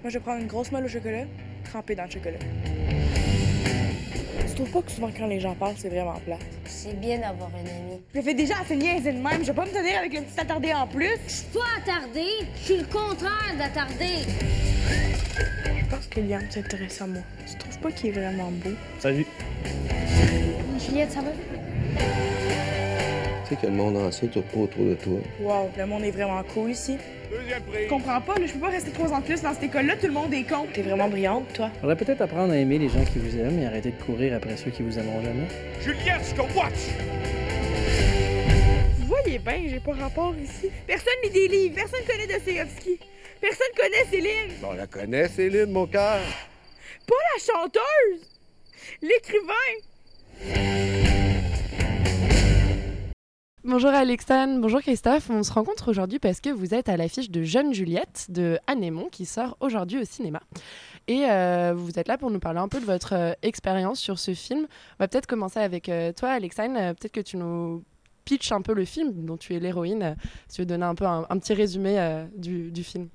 Moi, je vais prendre une grosse molle au chocolat, trempée dans le chocolat. Tu trouves pas que souvent, quand les gens parlent, c'est vraiment plate? C'est bien d'avoir un ami. Je le fais déjà assez niaiser de même. Je vais pas me tenir avec le petit attardé en plus. Je suis pas attardée, je suis le contraire d'attardée. Je pense que Liam s'intéresse à moi. Tu trouves pas qu'il est vraiment beau? Salut. Juliette, ça va? Tu sais que le monde entier tourne pas autour de toi. Wow, le monde est vraiment cool ici. Deuxième prix. Je comprends pas, là, je peux pas rester 3 ans de plus dans cette école-là, tout le monde est con. T'es vraiment brillante, toi. Faudrait peut-être apprendre à aimer les gens qui vous aiment et arrêter de courir après ceux qui vous aimeront jamais. Juliette, je te watch! Vous voyez bien, j'ai pas rapport ici. Personne lit des livres, personne connaît Dostoïevski. Personne connaît Céline. On la connaît, Céline, mon cœur. Pas la chanteuse, l'écrivain. Bonjour Alexandre, bonjour Christophe. On se rencontre aujourd'hui parce que vous êtes à l'affiche de Jeune Juliette de Anne Aymon qui sort aujourd'hui au cinéma. Et vous êtes là pour nous parler un peu de votre expérience sur ce film. On va peut-être commencer avec toi Alexandre. Peut-être que tu nous pitches un peu le film dont tu es l'héroïne. Si tu veux donner un peu un petit résumé du film.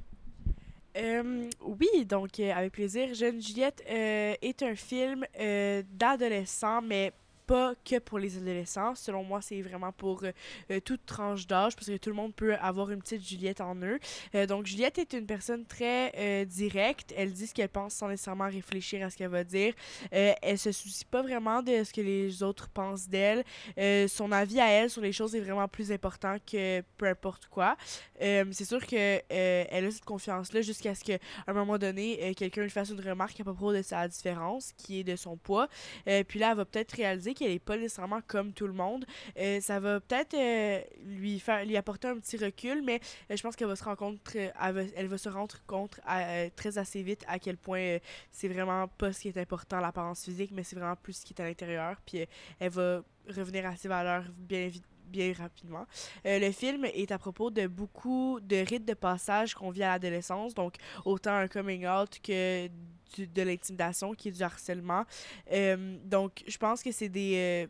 Oui, donc avec plaisir. Jeune Juliette est un film d'adolescents, mais pas que pour les adolescents. Selon moi, c'est vraiment pour toute tranche d'âge, parce que tout le monde peut avoir une petite Juliette en eux. Donc, Juliette est une personne très directe. Elle dit ce qu'elle pense sans nécessairement réfléchir à ce qu'elle va dire. Elle se soucie pas vraiment de ce que les autres pensent d'elle. Son avis à elle sur les choses est vraiment plus important que peu importe quoi. C'est sûr que elle a cette confiance-là jusqu'à ce qu'à un moment donné, quelqu'un lui fasse une remarque à propos de sa différence, qui est de son poids. Puis là, elle va peut-être réaliser qu'elle n'est pas nécessairement comme tout le monde. Ça va peut-être lui apporter un petit recul, mais je pense qu'elle va se rendre compte, elle va se rendre compte très assez vite à quel point c'est vraiment pas ce qui est important, l'apparence physique, mais c'est vraiment plus ce qui est à l'intérieur. Puis elle va revenir à ses valeurs bien rapidement. Le film est à propos de beaucoup de rites de passage qu'on vit à l'adolescence, donc autant un coming out que de l'intimidation, qui est du harcèlement. Donc, je pense que c'est des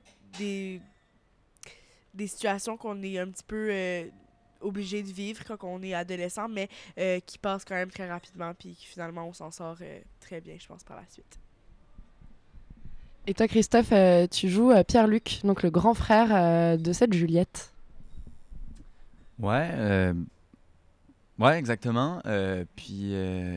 situations qu'on est un petit peu obligé de vivre quand on est adolescent, mais qui passent quand même très rapidement, puis qui finalement, on s'en sort très bien, je pense, par la suite. Et toi Christophe, tu joues Pierre-Luc, donc le grand frère de cette Juliette. Ouais, exactement. Puis,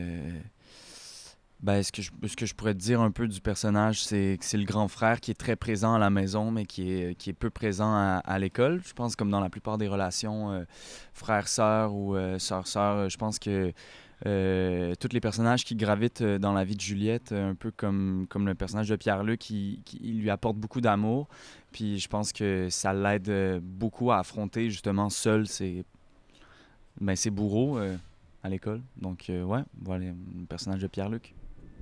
ce que je pourrais te dire un peu du personnage, c'est que c'est le grand frère qui est très présent à la maison, mais qui est peu présent à l'école. Je pense comme dans la plupart des relations frère-sœur ou sœur-sœur, je pense que tous les personnages qui gravitent dans la vie de Juliette, un peu comme le personnage de Pierre-Luc, qui lui apporte beaucoup d'amour. Puis je pense que ça l'aide beaucoup à affronter justement seul ses bourreaux à l'école. Donc ouais, voilà le personnage de Pierre-Luc.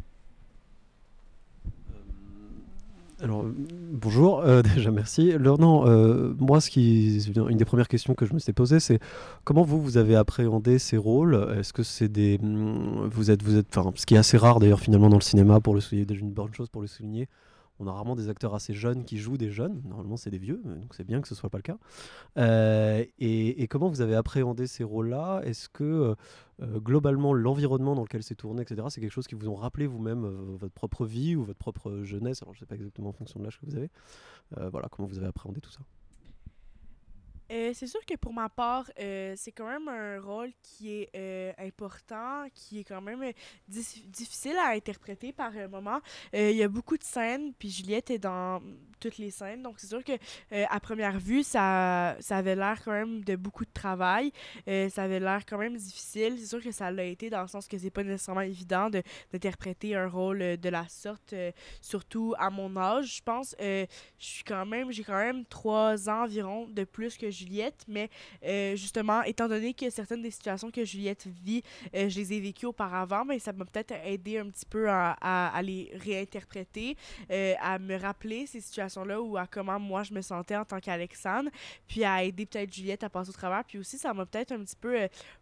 Alors, bonjour, déjà merci. Moi, une des premières questions que je me suis posée, c'est comment vous avez appréhendé ces rôles? Est-ce que c'est ce qui est assez rare d'ailleurs finalement dans le cinéma, pour le souligner, déjà une bonne chose pour le souligner. On a rarement des acteurs assez jeunes qui jouent des jeunes. Normalement, c'est des vieux, donc c'est bien que ce soit pas le cas. Et comment vous avez appréhendé ces rôles-là? Est-ce que globalement, l'environnement dans lequel c'est tourné, etc., c'est quelque chose qui vous ont rappelé vous-même votre propre vie ou votre propre jeunesse? Alors, je ne sais pas exactement en fonction de l'âge que vous avez. Voilà, comment vous avez appréhendé tout ça? C'est sûr que pour ma part, c'est quand même un rôle qui est important, qui est quand même difficile à interpréter par moment. Il y a beaucoup de scènes, puis Juliette est dans toutes les scènes, donc c'est sûr que à première vue, ça avait l'air quand même de beaucoup de travail. Ça avait l'air quand même difficile. C'est sûr que ça l'a été dans le sens que c'est pas nécessairement évident d'interpréter un rôle de la sorte, surtout à mon âge, je pense. J'ai quand même 3 ans environ de plus que Juliette, mais justement, étant donné que certaines des situations que Juliette vit, je les ai vécues auparavant, mais ça m'a peut-être aidé un petit peu à les réinterpréter, à me rappeler ces situations-là ou à comment moi je me sentais en tant qu'Alexandre, puis à aider peut-être Juliette à passer au travers. Puis aussi, ça m'a peut-être un petit peu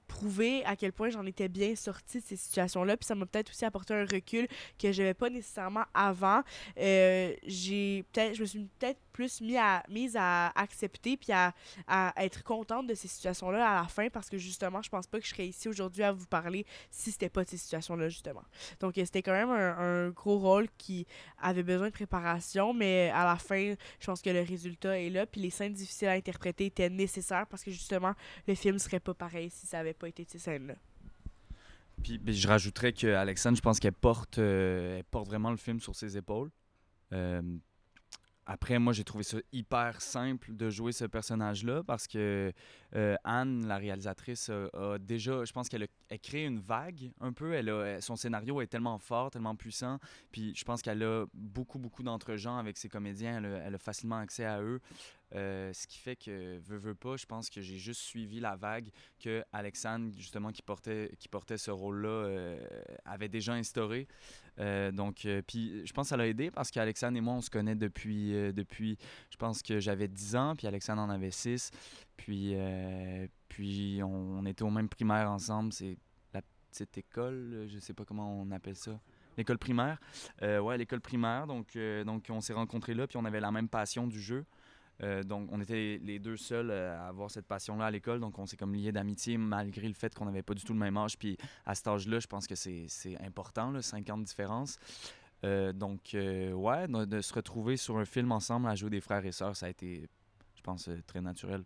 prouvé à quel point j'en étais bien sortie de ces situations-là. Puis ça m'a peut-être aussi apporté un recul que j'avais pas nécessairement avant. Je me suis peut-être plus mise à accepter puis à être contente de ces situations-là à la fin parce que justement, je pense pas que je serais ici aujourd'hui à vous parler si c'était pas de ces situations-là, justement. Donc, c'était quand même un gros rôle qui avait besoin de préparation, mais à la fin, je pense que le résultat est là. Puis les scènes difficiles à interpréter étaient nécessaires parce que justement, le film serait pas pareil si ça avait pas été de ces scènes-là. Puis je rajouterais que Alexandre, je pense elle porte vraiment le film sur ses épaules. Euh, Après, moi, j'ai trouvé ça hyper simple de jouer ce personnage-là parce que Anne, la réalisatrice, a déjà, je pense elle crée une vague un peu. Son scénario est tellement fort, tellement puissant. Puis je pense qu'elle a beaucoup, beaucoup d'entre-gens avec ses comédiens. Elle a facilement accès à eux. Ce qui fait que, veux pas, je pense que j'ai juste suivi la vague que Alexandre, justement, qui portait ce rôle-là, avait déjà instauré. Puis je pense que ça l'a aidé parce qu'Alexandre et moi, on se connaît depuis je pense que j'avais 10 ans, puis Alexandre en avait 6. Puis on était au même primaire ensemble. C'est la petite école, je sais pas comment on appelle ça. L'école primaire. Ouais, l'école primaire. Donc on s'est rencontrés là, puis on avait la même passion du jeu. Donc, on était les deux seuls à avoir cette passion-là à l'école. Donc, on s'est comme liés d'amitié malgré le fait qu'on n'avait pas du tout le même âge. Puis, à cet âge-là, je pense que c'est important, là, 5 ans de différence. Ouais, de se retrouver sur un film ensemble à jouer des frères et sœurs, ça a été, je pense, très naturel.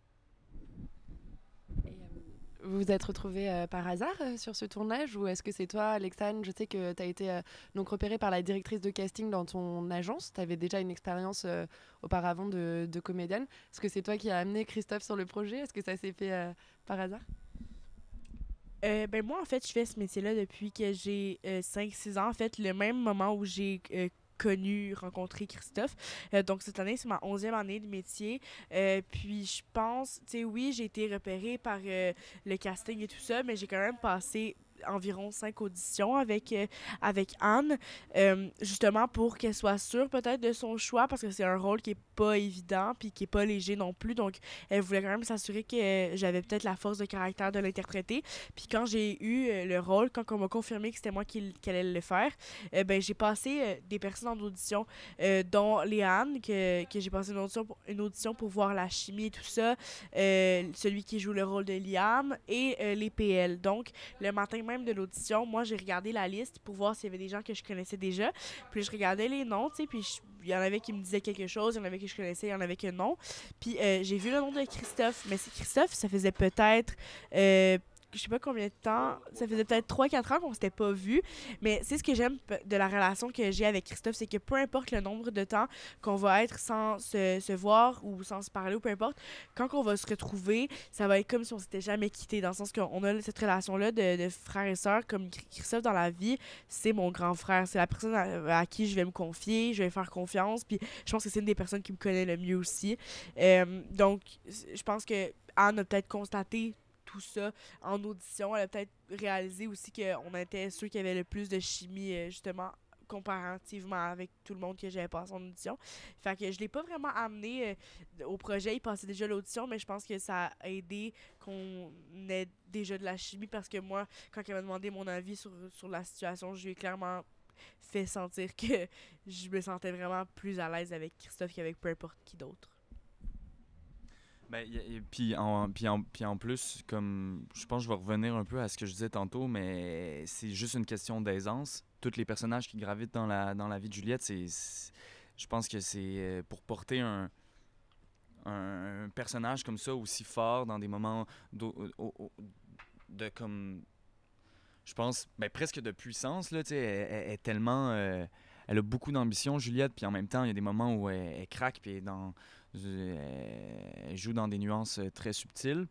Vous vous êtes retrouvés par hasard sur ce tournage ou est-ce que c'est toi, Alexandre? Je sais que tu as été donc repéré par la directrice de casting dans ton agence. Tu avais déjà une expérience auparavant de comédienne. Est-ce que c'est toi qui as amené Christophe sur le projet? Est-ce que ça s'est fait par hasard? Ben moi, en fait, je fais ce métier-là depuis que j'ai 5-6 ans. En fait, le même moment où j'ai rencontré Christophe. Donc, cette année, c'est ma 11e année de métier. Puis, je pense, tu sais, oui, j'ai été repérée par le casting et tout ça, mais j'ai quand même passé environ 5 auditions avec Anne, justement pour qu'elle soit sûre peut-être de son choix, parce que c'est un rôle qui est pas évident puis qui est pas léger non plus, donc elle voulait quand même s'assurer que j'avais peut-être la force de caractère de l'interpréter. Puis quand j'ai eu le rôle, quand on m'a confirmé que c'était moi qui allait le faire, ben j'ai passé des personnes en audition, dont Léane, que j'ai passé une audition pour voir la chimie et tout ça, celui qui joue le rôle de Liam et les PL. Donc le matin même de l'audition, moi, j'ai regardé la liste pour voir s'il y avait des gens que je connaissais déjà. Puis je regardais les noms, tu sais, puis il y en avait qui me disaient quelque chose, il y en avait que je connaissais, il y en avait que non. Puis j'ai vu le nom de Christophe, mais c'est Christophe, ça faisait peut-être je sais pas combien de temps, ça faisait peut-être 3-4 ans qu'on s'était pas vu, mais c'est ce que j'aime de la relation que j'ai avec Christophe, c'est que peu importe le nombre de temps qu'on va être sans se voir ou sans se parler ou peu importe, quand on va se retrouver, ça va être comme si on s'était jamais quitté, dans le sens qu'on a cette relation-là de frères et sœurs, comme Christophe dans la vie, c'est mon grand frère, c'est la personne à qui je vais me confier, je vais faire confiance, puis je pense que c'est une des personnes qui me connaît le mieux aussi. Donc, je pense que Anne a peut-être constaté tout ça en audition. Elle a peut-être réalisé aussi qu'on était ceux qui avaient le plus de chimie, justement, comparativement avec tout le monde que j'avais passé en audition. Fait que je l'ai pas vraiment amené au projet. Il passait déjà l'audition, mais je pense que ça a aidé qu'on ait déjà de la chimie parce que moi, quand elle m'a demandé mon avis sur la situation, je lui ai clairement fait sentir que je me sentais vraiment plus à l'aise avec Christophe qu'avec peu importe qui d'autre. Ben, puis en plus, comme je pense que je vais revenir un peu à ce que je disais tantôt, mais c'est juste une question d'aisance. Tous les personnages qui gravitent dans la vie de Juliette, je pense que c'est pour porter un personnage comme ça aussi fort dans des moments de comme je pense presque de puissance là, tu sais, elle est tellement elle a beaucoup d'ambition, Juliette, puis en même temps il y a des moments où elle craque puis elle joue dans des nuances très subtiles.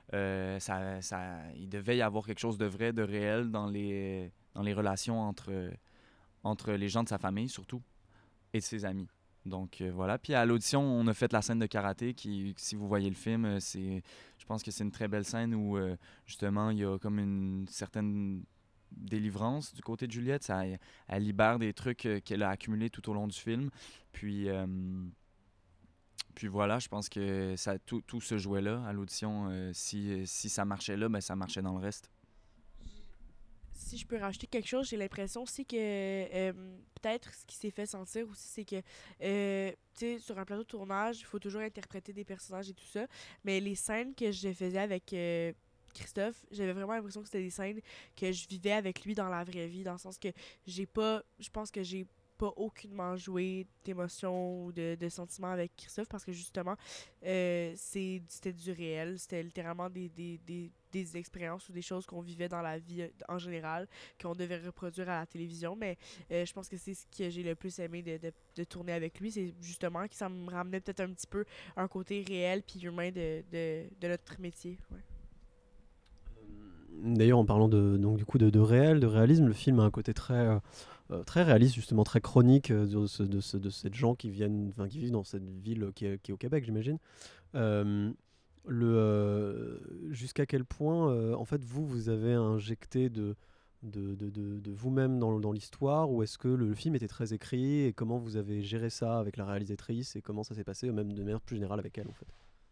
Il devait y avoir quelque chose de vrai, de réel dans les relations entre les gens de sa famille surtout et de ses amis. Donc voilà. Puis à l'audition, on a fait la scène de karaté qui, si vous voyez le film, je pense que c'est une très belle scène où justement il y a comme une certaine délivrance du côté de Juliette. Elle libère des trucs qu'elle a accumulés tout au long du film. Puis Puis voilà, je pense que tout se jouait là à l'audition. Si ça marchait là, ben ça marchait dans le reste. Si je peux rajouter quelque chose, j'ai l'impression aussi que peut-être ce qui s'est fait sentir aussi, c'est que tu sais, sur un plateau de tournage, il faut toujours interpréter des personnages et tout ça. Mais les scènes que je faisais avec Christophe, j'avais vraiment l'impression que c'était des scènes que je vivais avec lui dans la vraie vie, dans le sens que je pense que j'ai pas aucunement joué d'émotions ou de sentiments avec Christophe parce que justement, c'était du réel. C'était littéralement des expériences ou des choses qu'on vivait dans la vie en général, qu'on devait reproduire à la télévision. Mais je pense que c'est ce que j'ai le plus aimé de tourner avec lui. C'est justement que ça me ramenait peut-être un petit peu un côté réel puis humain de notre métier. Ouais. D'ailleurs, en parlant donc, du coup de réel, de réalisme, le film a un côté très réaliste, justement très chronique de ces gens qui vivent dans cette ville qui est au Québec, j'imagine. Euh, Jusqu'à quel point, en fait, vous avez injecté de vous-même dans l'histoire, ou est-ce que le film était très écrit, et comment vous avez géré ça avec la réalisatrice, et comment ça s'est passé, même de manière plus générale avec elle, en fait?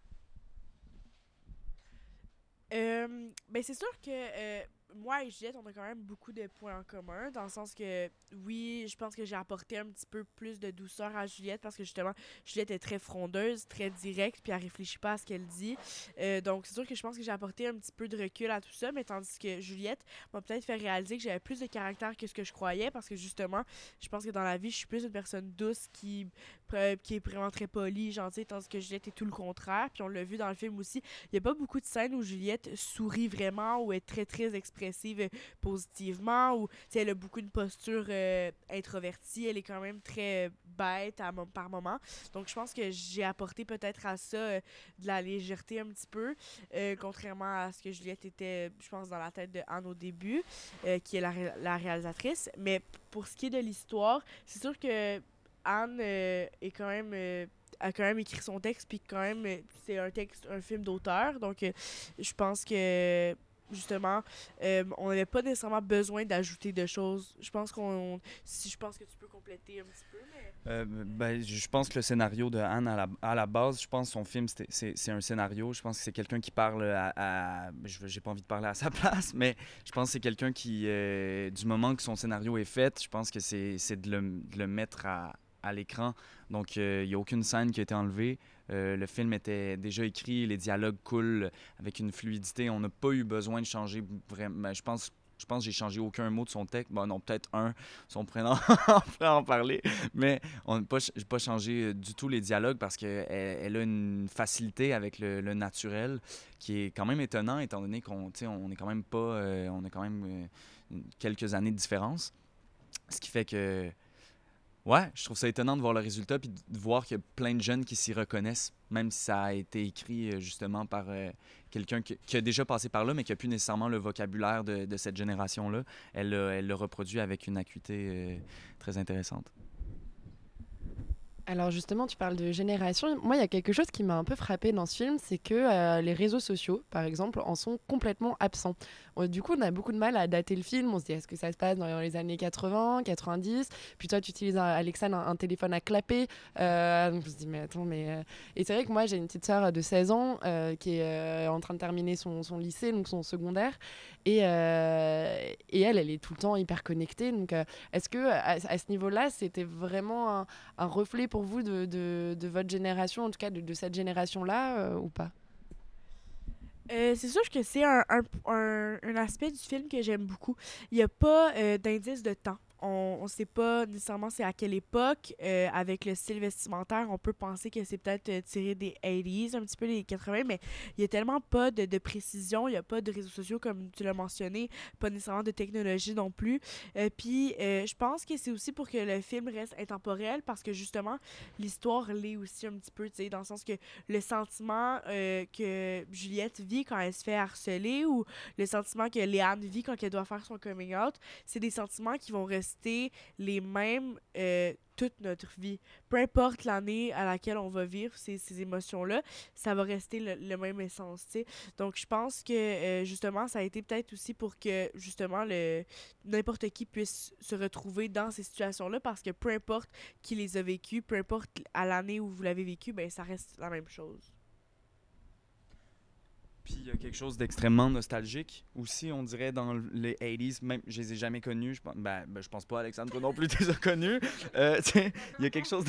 Ben c'est sûr que moi et Juliette, on a quand même beaucoup de points en commun, dans le sens que, oui, je pense que j'ai apporté un petit peu plus de douceur à Juliette, parce que justement, Juliette est très frondeuse, très directe, puis elle réfléchit pas à ce qu'elle dit. Donc c'est sûr que je pense que j'ai apporté un petit peu de recul à tout ça, mais tandis que Juliette m'a peut-être fait réaliser que j'avais plus de caractère que ce que je croyais, parce que justement, je pense que dans la vie, je suis plus une personne douce qui est vraiment très polie, gentille, tandis que Juliette est tout le contraire. Puis on l'a vu dans le film aussi, il y a pas beaucoup de scènes où Juliette sourit vraiment ou est très très expressive positivement, ou elle a beaucoup une posture introvertie, elle est quand même très bête par moment. Donc je pense que j'ai apporté peut-être à ça de la légèreté un petit peu, contrairement à ce que Juliette était, je pense, dans la tête de Anne au début, qui est la réalisatrice. Mais pour ce qui est de l'histoire, c'est sûr que Anne est quand même a quand même écrit son texte, puis quand même c'est un film d'auteur, donc je pense que justement on n'avait pas nécessairement besoin d'ajouter de choses. Je pense que tu peux compléter un petit peu, mais Ben, je pense que le scénario de Anne, à la base, je pense que son film, c'est un scénario. Je pense que c'est quelqu'un qui parle j'ai pas envie de parler à sa place, mais je pense que c'est quelqu'un qui, du moment que son scénario est fait, je pense que c'est de le mettre à l'écran. Donc, il n'y a aucune scène qui a été enlevée. Le film était déjà écrit, les dialogues coulent avec une fluidité. On n'a pas eu besoin de changer vraiment. Je pense que j'ai changé aucun mot de son texte. Bon, non, peut-être un, son prénom, on pourrait en parler. Mais on n'a pas changé du tout les dialogues parce qu'elle a une facilité avec le naturel qui est quand même étonnant, étant donné qu'on est quand même pas... on a quand même quelques années de différence. Ce qui fait que... Ouais, je trouve ça étonnant de voir le résultat puis de voir qu'il y a plein de jeunes qui s'y reconnaissent, même si ça a été écrit justement par quelqu'un qui a déjà passé par là, mais qui n'a plus nécessairement le vocabulaire de cette génération-là. Elle le reproduit avec une acuité très intéressante. Alors justement, tu parles de génération. Moi, il y a quelque chose qui m'a un peu frappée dans ce film, c'est que les réseaux sociaux, par exemple, en sont complètement absents. Du coup, on a beaucoup de mal à dater le film. On se dit, est-ce que ça se passe dans les années 80, 90? Puis toi, tu utilises, Alexandre, un téléphone à clapper. Donc je me dis, mais attends, mais... Et c'est vrai que moi, j'ai une petite sœur de 16 ans qui est en train de terminer son lycée, donc son secondaire. Et elle est tout le temps hyper connectée. Donc est-ce que à ce niveau-là, c'était vraiment un reflet pour vous de votre génération, en tout cas de cette génération-là, ou pas? C'est sûr que c'est un aspect du film que j'aime beaucoup. Il n'y a pas d'indice de temps. On ne sait pas nécessairement c'est à quelle époque. Avec le style vestimentaire, on peut penser que c'est peut-être tiré des 80s, un petit peu les 80, mais il n'y a tellement pas de précision. Il n'y a pas de réseaux sociaux, comme tu l'as mentionné, pas nécessairement de technologie non plus. Puis, je pense que c'est aussi pour que le film reste intemporel, parce que justement, l'histoire l'est aussi un petit peu, tu sais, dans le sens que le sentiment que Juliette vit quand elle se fait harceler, ou le sentiment que Léane vit quand elle doit faire son coming out, c'est des sentiments qui vont rester rester les mêmes toute notre vie. Peu importe l'année à laquelle on va vivre ces émotions-là, ça va rester le même essence, tu sais. Donc, je pense que, justement, ça a été peut-être aussi pour que, justement, n'importe qui puisse se retrouver dans ces situations-là, parce que peu importe qui les a vécues, peu importe à l'année où vous l'avez vécu, ben ça reste la même chose. Puis il y a quelque chose d'extrêmement nostalgique aussi, on dirait, dans les 80s. Même, je les ai jamais connus. Je pense pas, Alexandre, toi non plus, tu les as connus. Tu sais, il y a quelque chose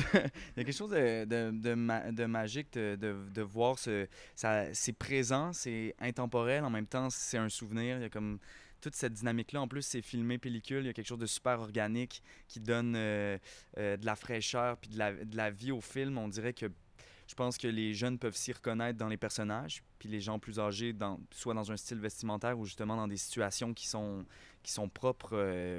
de magique de voir c'est présent, c'est intemporel. En même temps, c'est un souvenir. Il y a comme toute cette dynamique-là. En plus, c'est filmé pellicule. Il y a quelque chose de super organique qui donne de la fraîcheur puis de la vie au film. On dirait que je pense que les jeunes peuvent s'y reconnaître dans les personnages, puis les gens plus âgés, soit dans un style vestimentaire ou justement dans des situations qui sont propres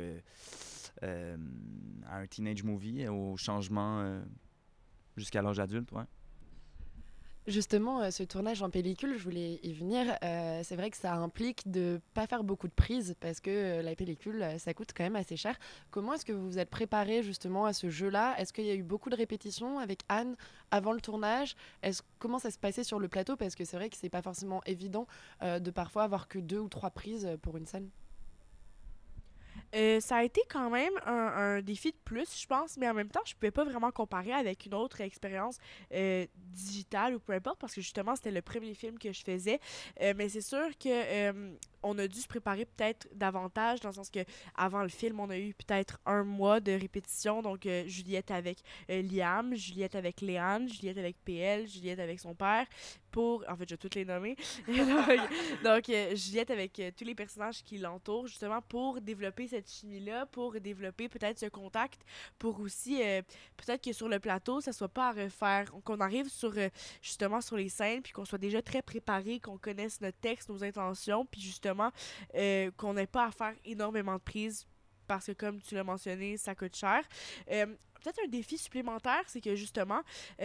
à un teenage movie, au changement jusqu'à l'âge adulte. Ouais. Justement, ce tournage en pellicule, je voulais y venir. C'est vrai que ça implique de pas faire beaucoup de prises parce que la pellicule, ça coûte quand même assez cher. Comment est-ce que vous vous êtes préparé justement à ce jeu-là? Est-ce qu'il y a eu beaucoup de répétitions avec Anne avant le tournage? Comment ça se passait sur le plateau? Parce que c'est vrai que c'est pas forcément évident de parfois avoir que 2 ou 3 prises pour une scène. Ça a été quand même un défi de plus, je pense, mais en même temps, je pouvais pas vraiment comparer avec une autre expérience digitale ou peu importe, parce que justement, c'était le premier film que je faisais. Mais c'est sûr que on a dû se préparer peut-être davantage, dans le sens que avant le film, on a eu peut-être 1 mois de répétition. Donc, Juliette avec Liam, Juliette avec Léane, Juliette avec PL, Juliette avec son père, en fait, je vais toutes les nommer. donc Juliette avec tous les personnages qui l'entourent, justement, pour développer cette chimie-là, pour développer peut-être ce contact, pour aussi, peut-être que sur le plateau, ça soit pas à refaire, qu'on arrive justement sur les scènes, puis qu'on soit déjà très préparé, qu'on connaisse notre texte, nos intentions, puis justement, qu'on n'ait pas à faire énormément de prises, parce que comme tu l'as mentionné, ça coûte cher. Peut-être un défi supplémentaire, c'est que justement,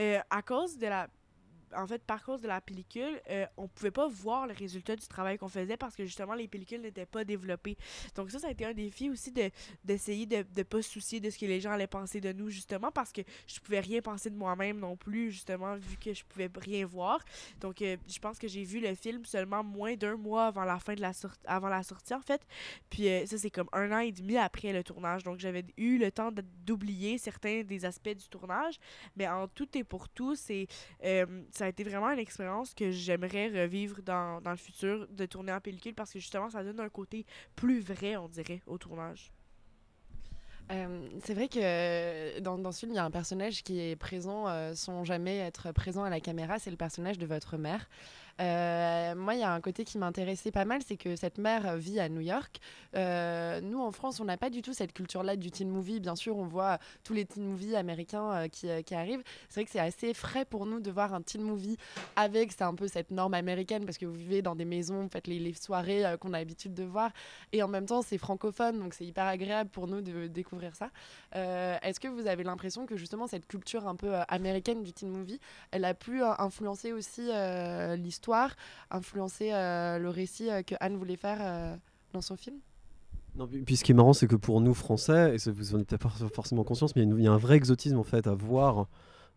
par cause de la pellicule, on pouvait pas voir le résultat du travail qu'on faisait parce que justement les pellicules n'étaient pas développées. Donc ça a été un défi aussi d'essayer de pas se soucier de ce que les gens allaient penser de nous, justement, parce que je pouvais rien penser de moi-même non plus, justement, vu que je pouvais rien voir. Donc je pense que j'ai vu le film seulement moins d'1 mois avant la fin de avant la sortie, en fait. Puis ça, c'est comme 1 an et demi après le tournage. Donc j'avais eu le temps d'oublier certains des aspects du tournage, mais en tout et pour tout, ça a été vraiment une expérience que j'aimerais revivre dans le futur, de tourner en pellicule, parce que justement, ça donne un côté plus vrai, on dirait, au tournage. C'est vrai que dans ce film, il y a un personnage qui est présent sans jamais être présent à la caméra, c'est le personnage de votre mère. Moi, il y a un côté qui m'intéressait pas mal, c'est que cette mère vit à New York. Nous, en France, on n'a pas du tout cette culture-là du teen movie. Bien sûr, on voit tous les teen movies américains qui arrivent. C'est vrai que c'est assez frais pour nous de voir un teen movie c'est un peu cette norme américaine, parce que vous vivez dans des maisons, vous faites les soirées qu'on a l'habitude de voir. Et en même temps, c'est francophone, donc c'est hyper agréable pour nous de découvrir ça. Est-ce que vous avez l'impression que justement cette culture un peu américaine du teen movie, elle a pu influencer aussi l'histoire, influencer le récit que Anne voulait faire dans son film? Non, puis ce qui est marrant, c'est que pour nous Français, et vous en êtes peut-être pas forcément conscience, mais il y a un vrai exotisme en fait à voir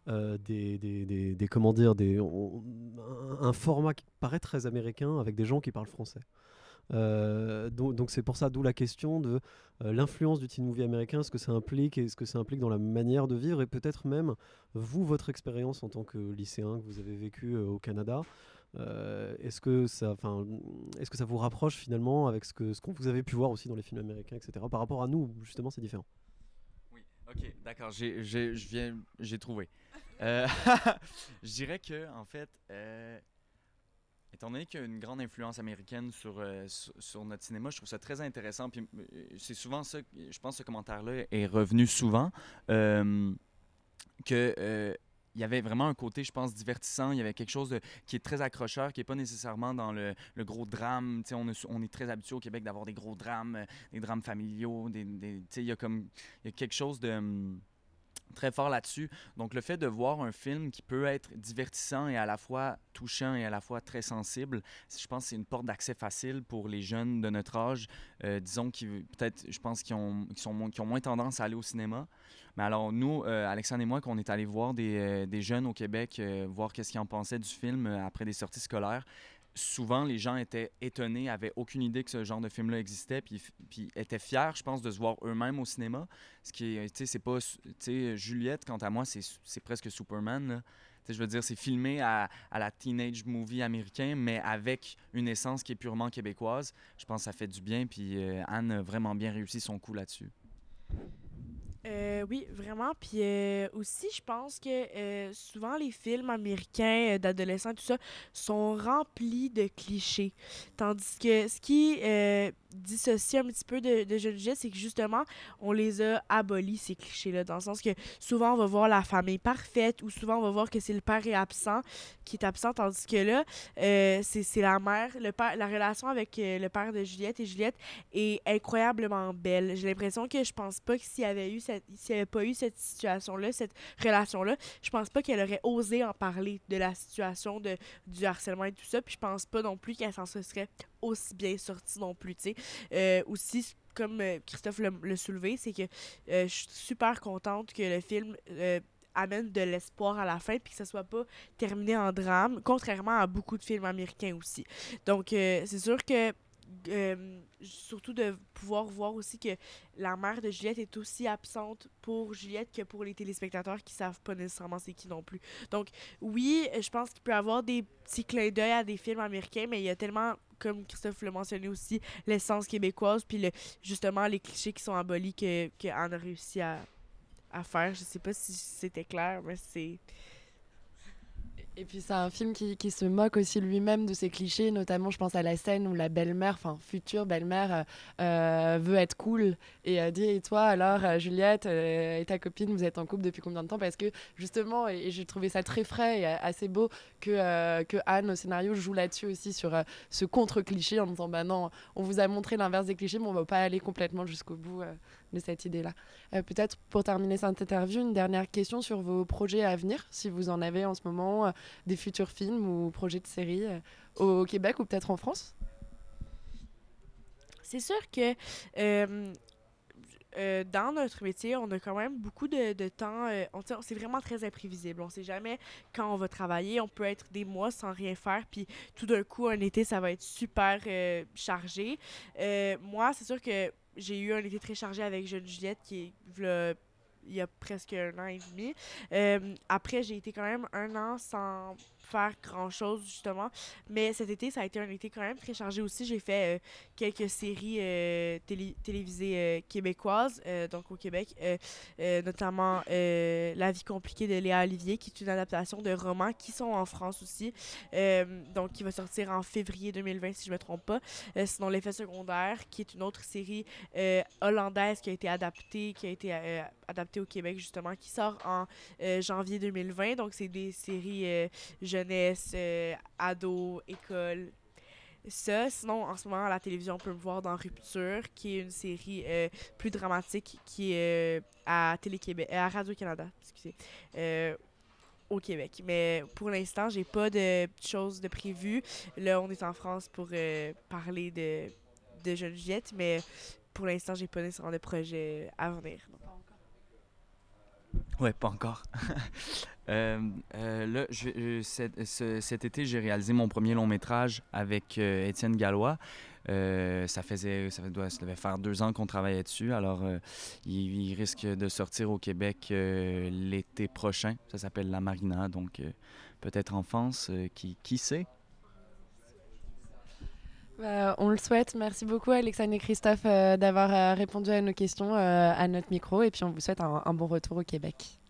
un format qui paraît très américain avec des gens qui parlent français. Donc c'est pour ça, d'où la question de l'influence du teen movie américain, ce que ça implique et ce que ça implique dans la manière de vivre, et peut-être même votre expérience en tant que lycéen que vous avez vécu au Canada. Est-ce que ça vous rapproche finalement avec ce que vous avez pu voir aussi dans les films américains, etc. Par rapport à nous, justement, c'est différent. Oui, ok, d'accord, j'ai trouvé. Je dirais que, en fait, étant donné qu'il y a une grande influence américaine sur notre cinéma, je trouve ça très intéressant. Puis c'est souvent ça, je pense que ce commentaire-là est revenu souvent, que il y avait vraiment un côté, je pense, divertissant. Il y avait quelque chose qui est très accrocheur, qui n'est pas nécessairement dans le gros drame. Tu sais, on est très habitué au Québec d'avoir des gros drames, des drames familiaux. Il y a quelque chose très fort là-dessus. Donc, le fait de voir un film qui peut être divertissant et à la fois touchant et à la fois très sensible, je pense que c'est une porte d'accès facile pour les jeunes de notre âge, disons, peut-être, je pense, qui ont moins tendance à aller au cinéma. Mais alors, nous, Alexandre et moi, qu'on est allés voir des jeunes au Québec, voir qu'est-ce qu'ils en pensaient du film après des sorties scolaires, souvent, les gens étaient étonnés, avaient aucune idée que ce genre de film-là existait, puis étaient fiers, je pense, de se voir eux-mêmes au cinéma. Ce qui est, tu sais, c'est pas... Tu sais, Juliette, quant à moi, c'est presque Superman, là. Tu sais, je veux dire, c'est filmé à la teenage movie américain, mais avec une essence qui est purement québécoise. Je pense que ça fait du bien, puis Anne a vraiment bien réussi son coup là-dessus. Oui, vraiment. Puis aussi, je pense que souvent les films américains d'adolescents, tout ça, sont remplis de clichés. Tandis que ce qui dissocie un petit peu de Jeune Juliette, c'est que justement, on les a abolis, ces clichés-là. Dans le sens que souvent, on va voir la famille parfaite ou souvent, on va voir que c'est le père qui est absent. Tandis que là, c'est la mère, le père, la relation avec le père de Juliette et Juliette est incroyablement belle. J'ai l'impression que je pense pas que s'il y avait pas eu cette situation-là, cette relation-là, je pense pas qu'elle aurait osé en parler de la situation du harcèlement et tout ça. Puis je pense pas non plus qu'elle s'en serait aussi bien sortie non plus, tu sais. Aussi, comme Christophe l'a soulevé, c'est que je suis super contente que le film amène de l'espoir à la fin puis que ça soit pas terminé en drame, contrairement à beaucoup de films américains aussi. Donc, c'est sûr que surtout de pouvoir voir aussi que la mère de Juliette est aussi absente pour Juliette que pour les téléspectateurs qui savent pas nécessairement c'est qui non plus. Donc oui, je pense qu'il peut y avoir des petits clins d'œil à des films américains, mais il y a tellement, comme Christophe l'a mentionné aussi, l'essence québécoise puis justement les clichés qui sont abolis que Anne a réussi à faire. Je sais pas si c'était clair, mais c'est... Et puis c'est un film qui se moque aussi lui-même de ses clichés, notamment je pense à la scène où la belle-mère, enfin future belle-mère, veut être cool et dit et toi alors Juliette et ta copine vous êtes en couple depuis combien de temps, parce que justement et j'ai trouvé ça très frais et assez beau que Anne au scénario joue là-dessus aussi sur ce contre-cliché en disant bah non on vous a montré l'inverse des clichés mais on va pas aller complètement jusqu'au bout de cette idée-là. Peut-être pour terminer cette interview, une dernière question sur vos projets à venir, si vous en avez en ce moment, des futurs films ou projets de séries au Québec ou peut-être en France? C'est sûr que dans notre métier, on a quand même beaucoup de temps. C'est vraiment très imprévisible. On sait jamais quand on va travailler. On peut être des mois sans rien faire, puis tout d'un coup, un été, ça va être super chargé. Moi, c'est sûr que j'ai eu un été très chargé avec Jeune Juliette, qui est il y a presque 1 an et demi. Après, j'ai été quand même 1 an sans faire grand-chose, justement. Mais cet été, ça a été un été quand même très chargé aussi. J'ai fait quelques séries télévisées québécoises, donc au Québec, notamment La vie compliquée de Léa Olivier, qui est une adaptation de romans qui sont en France aussi, donc qui va sortir en février 2020, si je me trompe pas. Sinon, L'effet secondaire, qui est une autre série hollandaise qui a été adaptée au Québec, justement, qui sort en janvier 2020. Donc, c'est des séries jeunesse, ado, école. Ça, sinon, en ce moment, à la télévision, on peut me voir dans Rupture, qui est une série plus dramatique qui est à Télé-Québec, à Radio-Canada, excusez, au Québec. Mais pour l'instant, j'ai pas de choses de prévues. Là, on est en France pour parler de Jeune Juliette, mais pour l'instant, j'ai pas nécessairement de projet à venir. Non. Ouais, pas encore. Là, cet été, j'ai réalisé mon premier long métrage avec Étienne Gallois. Ça devait faire 2 ans qu'on travaillait dessus. Alors, il risque de sortir au Québec l'été prochain. Ça s'appelle La Marina, donc peut-être en France. Qui sait? On le souhaite. Merci beaucoup Alexandre et Christophe d'avoir répondu à nos questions à notre micro et puis on vous souhaite un bon retour au Québec.